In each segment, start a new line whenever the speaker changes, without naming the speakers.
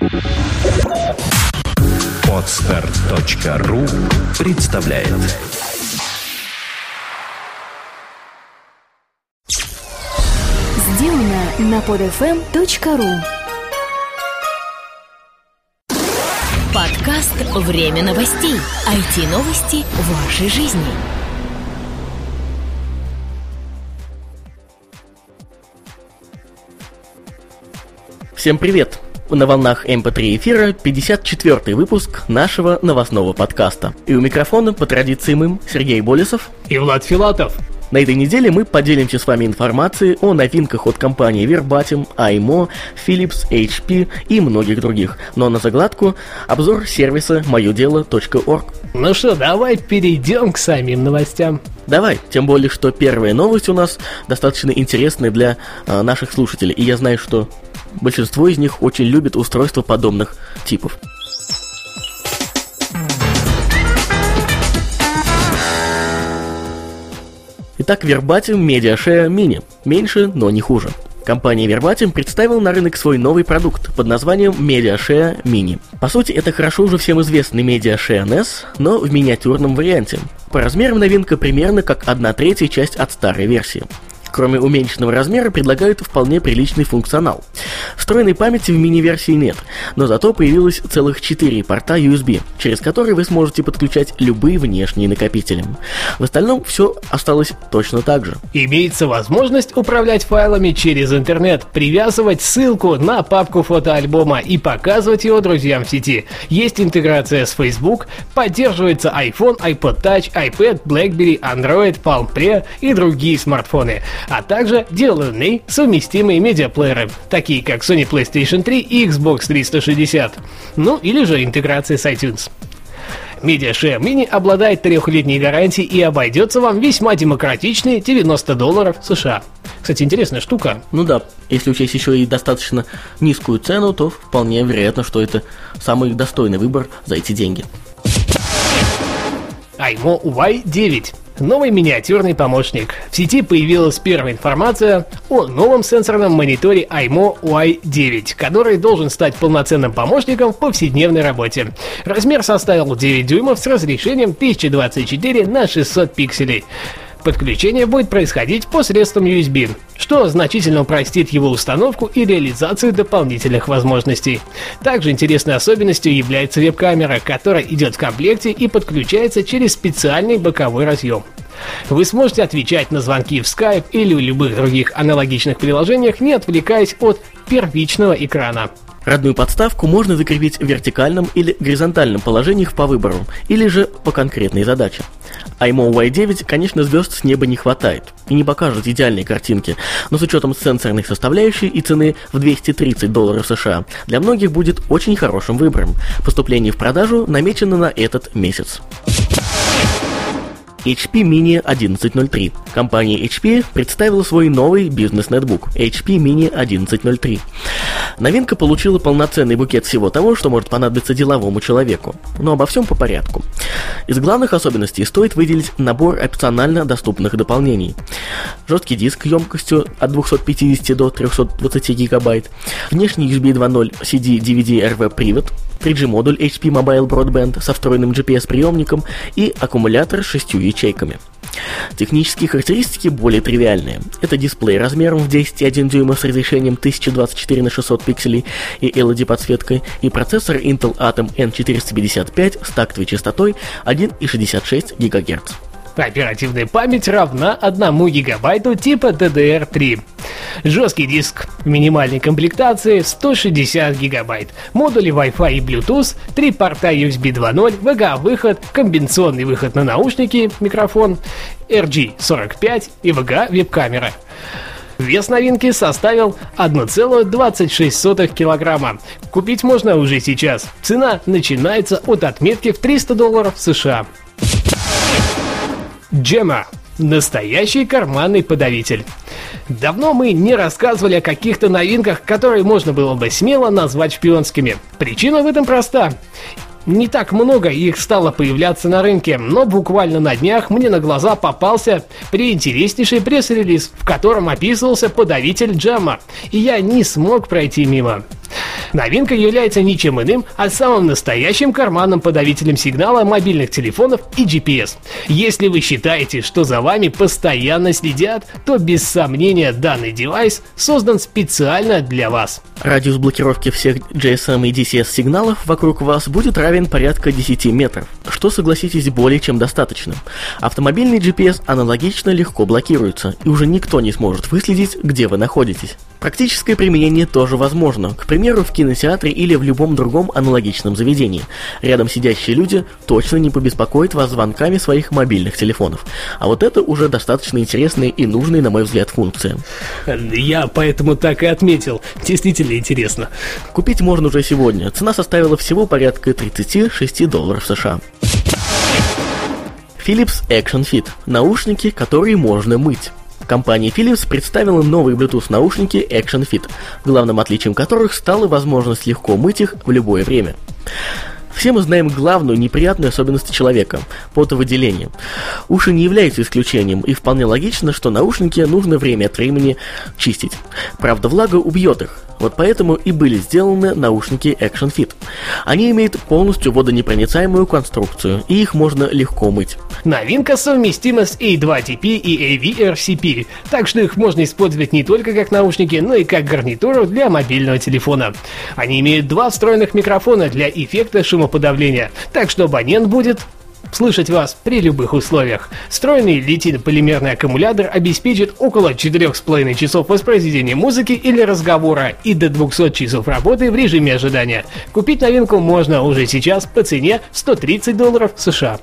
Podster.ru представляет.
Сделано на podfm.ru.
Подкаст «Время новостей». IT-новости вашей жизни.
Всем привет! На волнах MP3 эфира 54-й выпуск нашего новостного подкаста. И у микрофона, по традициям, Сергей Болесов
и Влад Филатов.
На этой неделе мы поделимся с вами информацией о новинках от компаний Verbatim, AIMO, Philips, HP и многих других. Но на загладку обзор сервиса moyodelо.org.
Ну что, давай перейдем к самим новостям.
Давай, тем более, что первая новость у нас достаточно интересная для наших слушателей. И я знаю, что большинство из них очень любит устройства подобных типов. Итак, Verbatim MediaShare Mini. Меньше, но не хуже. Компания Verbatim представила на рынок свой новый продукт под названием MediaShare Mini. По сути, это хорошо уже всем известный MediaShare NES, но в миниатюрном варианте. По размерам новинка примерно как 1/3 часть от старой версии. Кроме уменьшенного размера, предлагают вполне приличный функционал. Встроенной памяти в мини-версии нет, но зато появилось целых 4 порта USB, через которые вы сможете подключать любые внешние накопители. В остальном все осталось точно так же.
Имеется возможность управлять файлами через интернет, привязывать ссылку на папку фотоальбома и показывать его друзьям в сети. Есть интеграция с Facebook, поддерживается iPhone, iPod Touch, iPad, BlackBerry, Android, Palm Pre и другие смартфоны. А также DLNA совместимые медиаплееры, такие как Sony PlayStation 3 и Xbox 360. Ну или же интеграция с iTunes. MediaShare Mini обладает 3-летней гарантией и обойдется вам весьма демократичные $90 США. Кстати, интересная штука.
Ну да, если учесть еще и достаточно низкую цену, то вполне вероятно, что это самый достойный выбор за эти деньги.
AIMO Y9. Новый миниатюрный помощник. В сети появилась первая информация о новом сенсорном мониторе AIMO Y9, который должен стать полноценным помощником в повседневной работе. Размер составил 9 дюймов с разрешением 1024 на 600 пикселей. Подключение будет происходить посредством USB, что значительно упростит его установку и реализацию дополнительных возможностей. Также интересной особенностью является веб-камера, которая идет в комплекте и подключается через специальный боковой разъем. Вы сможете отвечать на звонки в Skype или в любых других аналогичных приложениях, не отвлекаясь от первичного экрана.
Родную подставку можно закрепить в вертикальном или горизонтальном положениях по выбору, или же по конкретной задаче. AIMO Y9, конечно, звезд с неба не хватает и не покажет идеальной картинки, но с учетом сенсорных составляющих и цены в $230 США, для многих будет очень хорошим выбором. Поступление в продажу намечено на этот месяц. HP Mini 1103. Компания HP представила свой новый бизнес-нетбук HP Mini 1103. Новинка получила полноценный букет всего того, что может понадобиться деловому человеку. Но обо всем по порядку. Из главных особенностей стоит выделить набор опционально доступных дополнений. Жесткий диск емкостью от 250 до 320 гигабайт, внешний USB 2.0 CD-DVD-RV привод, 3G-модуль HP Mobile Broadband со встроенным GPS-приемником и аккумулятор с 6 ячейками. Технические характеристики более тривиальные. Это дисплей размером в 10,1 дюйма с разрешением 1024 на 600 пикселей и LED-подсветкой, и процессор Intel Atom N455 с тактовой частотой 1,66 ГГц.
Оперативная память равна 1 гигабайту типа DDR3. Жесткий диск в минимальной комплектации 160 гигабайт. Модули Wi-Fi и Bluetooth, 3 порта USB 2.0, VGA-выход, комбинационный выход на наушники, микрофон, RG45 и VGA-веб-камера. Вес новинки составил 1,26 килограмма. Купить можно уже сейчас. Цена начинается от отметки в $300 США. Jammer. Настоящий карманный подавитель. Давно мы не рассказывали о каких-то новинках, которые можно было бы смело назвать шпионскими. Причина в этом проста. Не так много их стало появляться на рынке, но буквально на днях мне на глаза попался приинтереснейший пресс-релиз, в котором описывался подавитель Jammer, и я не смог пройти мимо. Новинка является ничем иным, а самым настоящим карманным подавителем сигнала мобильных телефонов и GPS. Если вы считаете, что за вами постоянно следят, то без сомнения данный девайс создан специально для вас.
Радиус блокировки всех GSM и DCS сигналов вокруг вас будет равен порядка 10 метров, что, согласитесь, более чем достаточно. Автомобильный GPS аналогично легко блокируется, и уже никто не сможет выследить, где вы находитесь. Практическое применение тоже возможно, к примеру, в кинотеатре или в любом другом аналогичном заведении. Рядом сидящие люди точно не побеспокоят вас звонками своих мобильных телефонов. А вот это уже достаточно интересная и нужная, на мой взгляд, функция.
Я поэтому так и отметил. Действительно интересно.
Купить можно уже сегодня. Цена составила всего порядка $36 США. Philips Action Fit – наушники, которые можно мыть. Компания Philips представила новые Bluetooth наушники Action Fit, главным отличием которых стала возможность легко мыть их в любое время. Все мы знаем главную неприятную особенность человека – потовыделение. Уши не являются исключением, и вполне логично, что наушники нужно время от времени чистить. Правда, влага убьет их. Вот поэтому и были сделаны наушники Action Fit. Они имеют полностью водонепроницаемую конструкцию, и их можно легко мыть.
Новинка совместима с A2TP и AVRCP, так что их можно использовать не только как наушники, но и как гарнитуру для мобильного телефона. Они имеют два встроенных микрофона для эффекта шумоподавления, так что абонент будет слышать вас при любых условиях. Встроенный литий-полимерный аккумулятор обеспечит около 4,5 часов воспроизведения музыки или разговора и до 200 часов работы в режиме ожидания. Купить новинку можно уже сейчас по цене $130 США.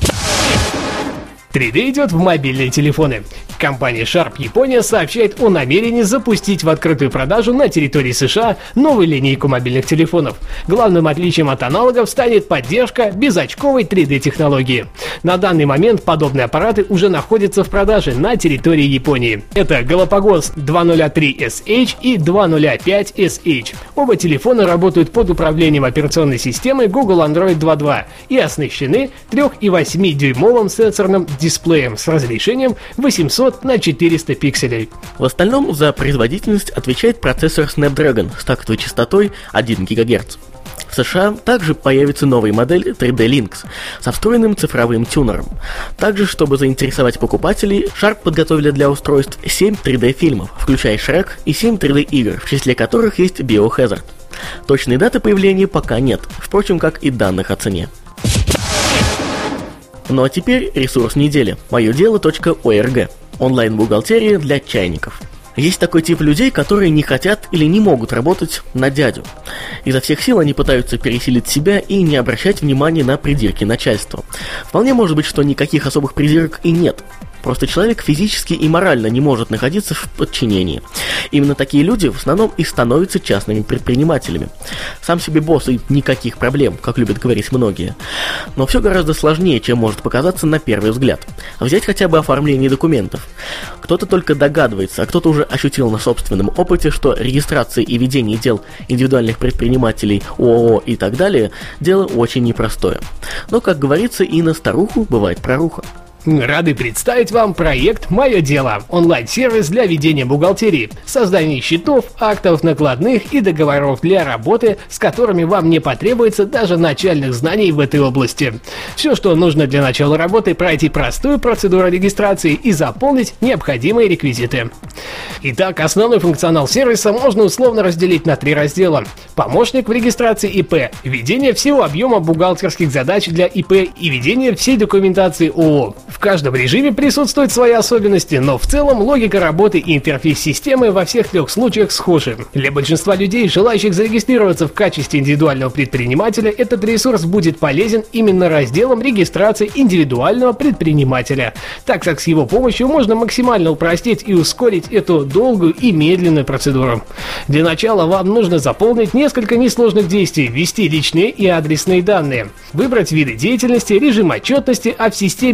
3D идет в мобильные телефоны. Компания Sharp Япония сообщает о намерении запустить в открытую продажу на территории США новую линейку мобильных телефонов. Главным отличием от аналогов станет поддержка безочковой 3D-технологии. На данный момент подобные аппараты уже находятся в продаже на территории Японии. Это Galapagos 203SH и 205SH. Оба телефона работают под управлением операционной системы Google Android 2.2 и оснащены 3,8-дюймовым сенсорным дисплеем с разрешением 800 на 400 пикселей.
В остальном за производительность отвечает процессор Snapdragon с тактовой частотой 1 ГГц. В США также появится новая модель 3D Lynx со встроенным цифровым тюнером. Также, чтобы заинтересовать покупателей, Sharp подготовили для устройств 7 3D-фильмов, включая Shrek и 7 3D-игр, в числе которых есть Biohazard. Точной даты появления пока нет, впрочем, как и данных о цене. Ну а теперь ресурс недели. Моедело.org. Онлайн-бухгалтерия для чайников. Есть такой тип людей, которые не хотят или не могут работать на дядю. Изо всех сил они пытаются пересилить себя и не обращать внимания на придирки начальства. Вполне может быть, что никаких особых придирок и нет. Просто человек физически и морально не может находиться в подчинении. Именно такие люди в основном и становятся частными предпринимателями. Сам себе босс и никаких проблем, как любят говорить многие. Но все гораздо сложнее, чем может показаться на первый взгляд. Взять хотя бы оформление документов. Кто-то только догадывается, а кто-то уже ощутил на собственном опыте, что регистрация и ведение дел индивидуальных предпринимателей, ООО и так далее – дело очень непростое. Но, как говорится, и на старуху бывает проруха.
Рады представить вам проект «Мое дело» – онлайн-сервис для ведения бухгалтерии, создания счетов, актов, накладных и договоров для работы, с которыми вам не потребуется даже начальных знаний в этой области. Все, что нужно для начала работы – пройти простую процедуру регистрации и заполнить необходимые реквизиты. Итак, основной функционал сервиса можно условно разделить на 3 раздела. Помощник в регистрации ИП, ведение всего объема бухгалтерских задач для ИП и ведение всей документации ООО. В каждом режиме присутствуют свои особенности, но в целом логика работы и интерфейс системы во всех 3 случаях схожи. Для большинства людей, желающих зарегистрироваться в качестве индивидуального предпринимателя, этот ресурс будет полезен именно разделом регистрации индивидуального предпринимателя, так как с его помощью можно максимально упростить и ускорить эту долгую и медленную процедуру. Для начала вам нужно заполнить несколько несложных действий, ввести личные и адресные данные, выбрать виды деятельности, режим отчетности, а в системе на основе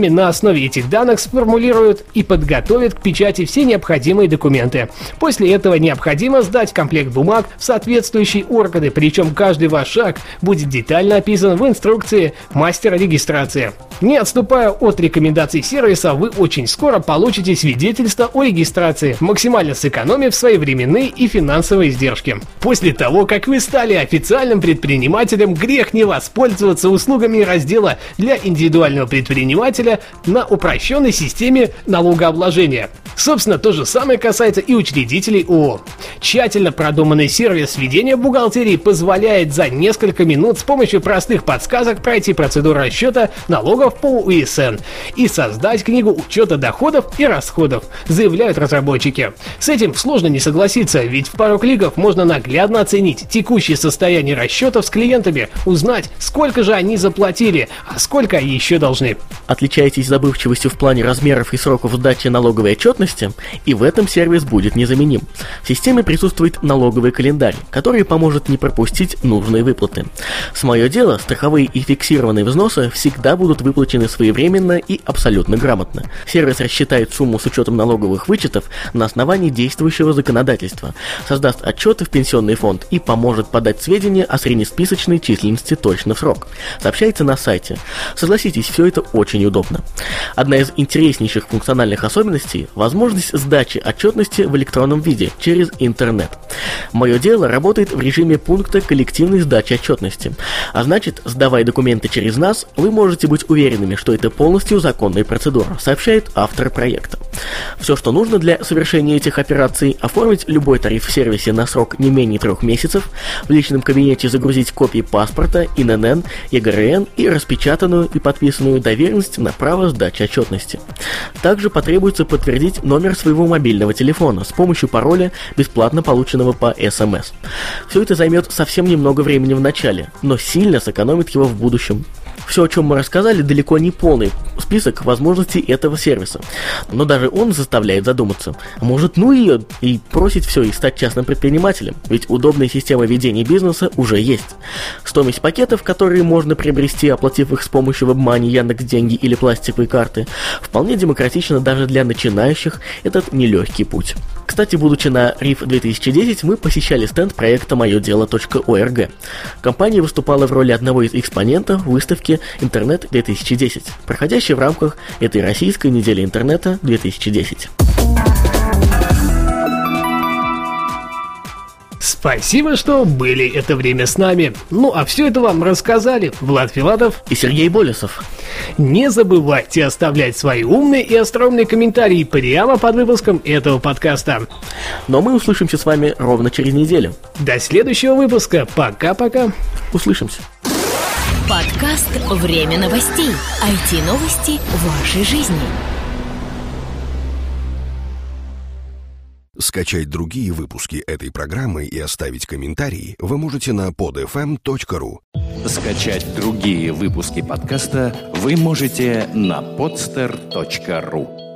основе этих данных сформулируют и подготовят к печати все необходимые документы. После этого необходимо сдать комплект бумаг в соответствующие органы, причем каждый ваш шаг будет детально описан в инструкции мастера регистрации. Не отступая от рекомендаций сервиса, вы очень скоро получите свидетельство о регистрации, максимально сэкономив свои временные и финансовые издержки. После того, как вы стали официальным предпринимателем, грех не воспользоваться услугами раздела для индивидуального предпринимателя на упрощенной системе налогообложения. Собственно, то же самое касается и учредителей ООО. Тщательно продуманный сервис ведения бухгалтерии позволяет за несколько минут с помощью простых подсказок пройти процедуру расчета налогов по УСН и создать книгу учета доходов и расходов, заявляют разработчики. С этим сложно не согласиться, ведь в пару кликов можно наглядно оценить текущее состояние расчетов с клиентами, узнать, сколько же они заплатили, а сколько еще должны.
Отличаетесь забывчивостью в плане размеров и сроков сдачи налоговой отчетности? И в этом сервис будет незаменим. В системе присутствует налоговый календарь, который поможет не пропустить нужные выплаты. С мое дело, страховые и фиксированные взносы всегда будут выплачены своевременно и абсолютно грамотно. Сервис рассчитает сумму с учетом налоговых вычетов на основании действующего законодательства, создаст отчеты в пенсионный фонд и поможет подать сведения о среднесписочной численности точно в срок. Сообщается на сайте. Согласитесь, все это очень удобно. Одна из интереснейших функциональных особенностей – возможность сдачи отчетности в электронном виде через интернет. Мое дело работает в режиме пункта коллективной сдачи отчетности. А значит, сдавая документы через нас, вы можете быть уверенными, что это полностью законная процедура, сообщает автор проекта. Все, что нужно для совершения этих операций, оформить любой тариф в сервисе на срок не менее 3 месяцев, в личном кабинете загрузить копии паспорта, ИНН, ЕГРН и распечатанную и подписанную доверенность на право сдачи отчетности. Также потребуется подтвердить номер своего мобильного телефона с помощью пароля, бесплатно полученного по СМС. Все это займет совсем немного времени в начале, но сильно сэкономит его в будущем. Все, о чем мы рассказали, далеко не полный список возможностей этого сервиса. Но даже он заставляет задуматься. Может, ну ее и бросить все и стать частным предпринимателем? Ведь удобная система ведения бизнеса уже есть. Стоимость пакетов, которые можно приобрести, оплатив их с помощью WebMoney, Яндекс.Деньги или пластиковой карты, вполне демократична даже для начинающих этот нелегкий путь. Кстати, будучи на RIF 2010, мы посещали стенд проекта moyodelо.org. Компания выступала в роли одного из экспонентов выставки «Интернет-2010», проходящей в рамках этой российской недели интернета 2010.
Спасибо, что были это время с нами. Ну а все это вам рассказали Влад Филатов
и Сергей Болесов.
Не забывайте оставлять свои умные и остроумные комментарии прямо под выпуском этого подкаста.
Но мы услышимся с вами ровно через неделю.
До следующего выпуска. Пока-пока.
Услышимся.
Подкаст «Время новостей». IT-новости вашей жизни.
Скачать другие выпуски этой программы и оставить комментарии вы можете на podfm.ru.
Скачать другие выпуски подкаста вы можете на podster.ru.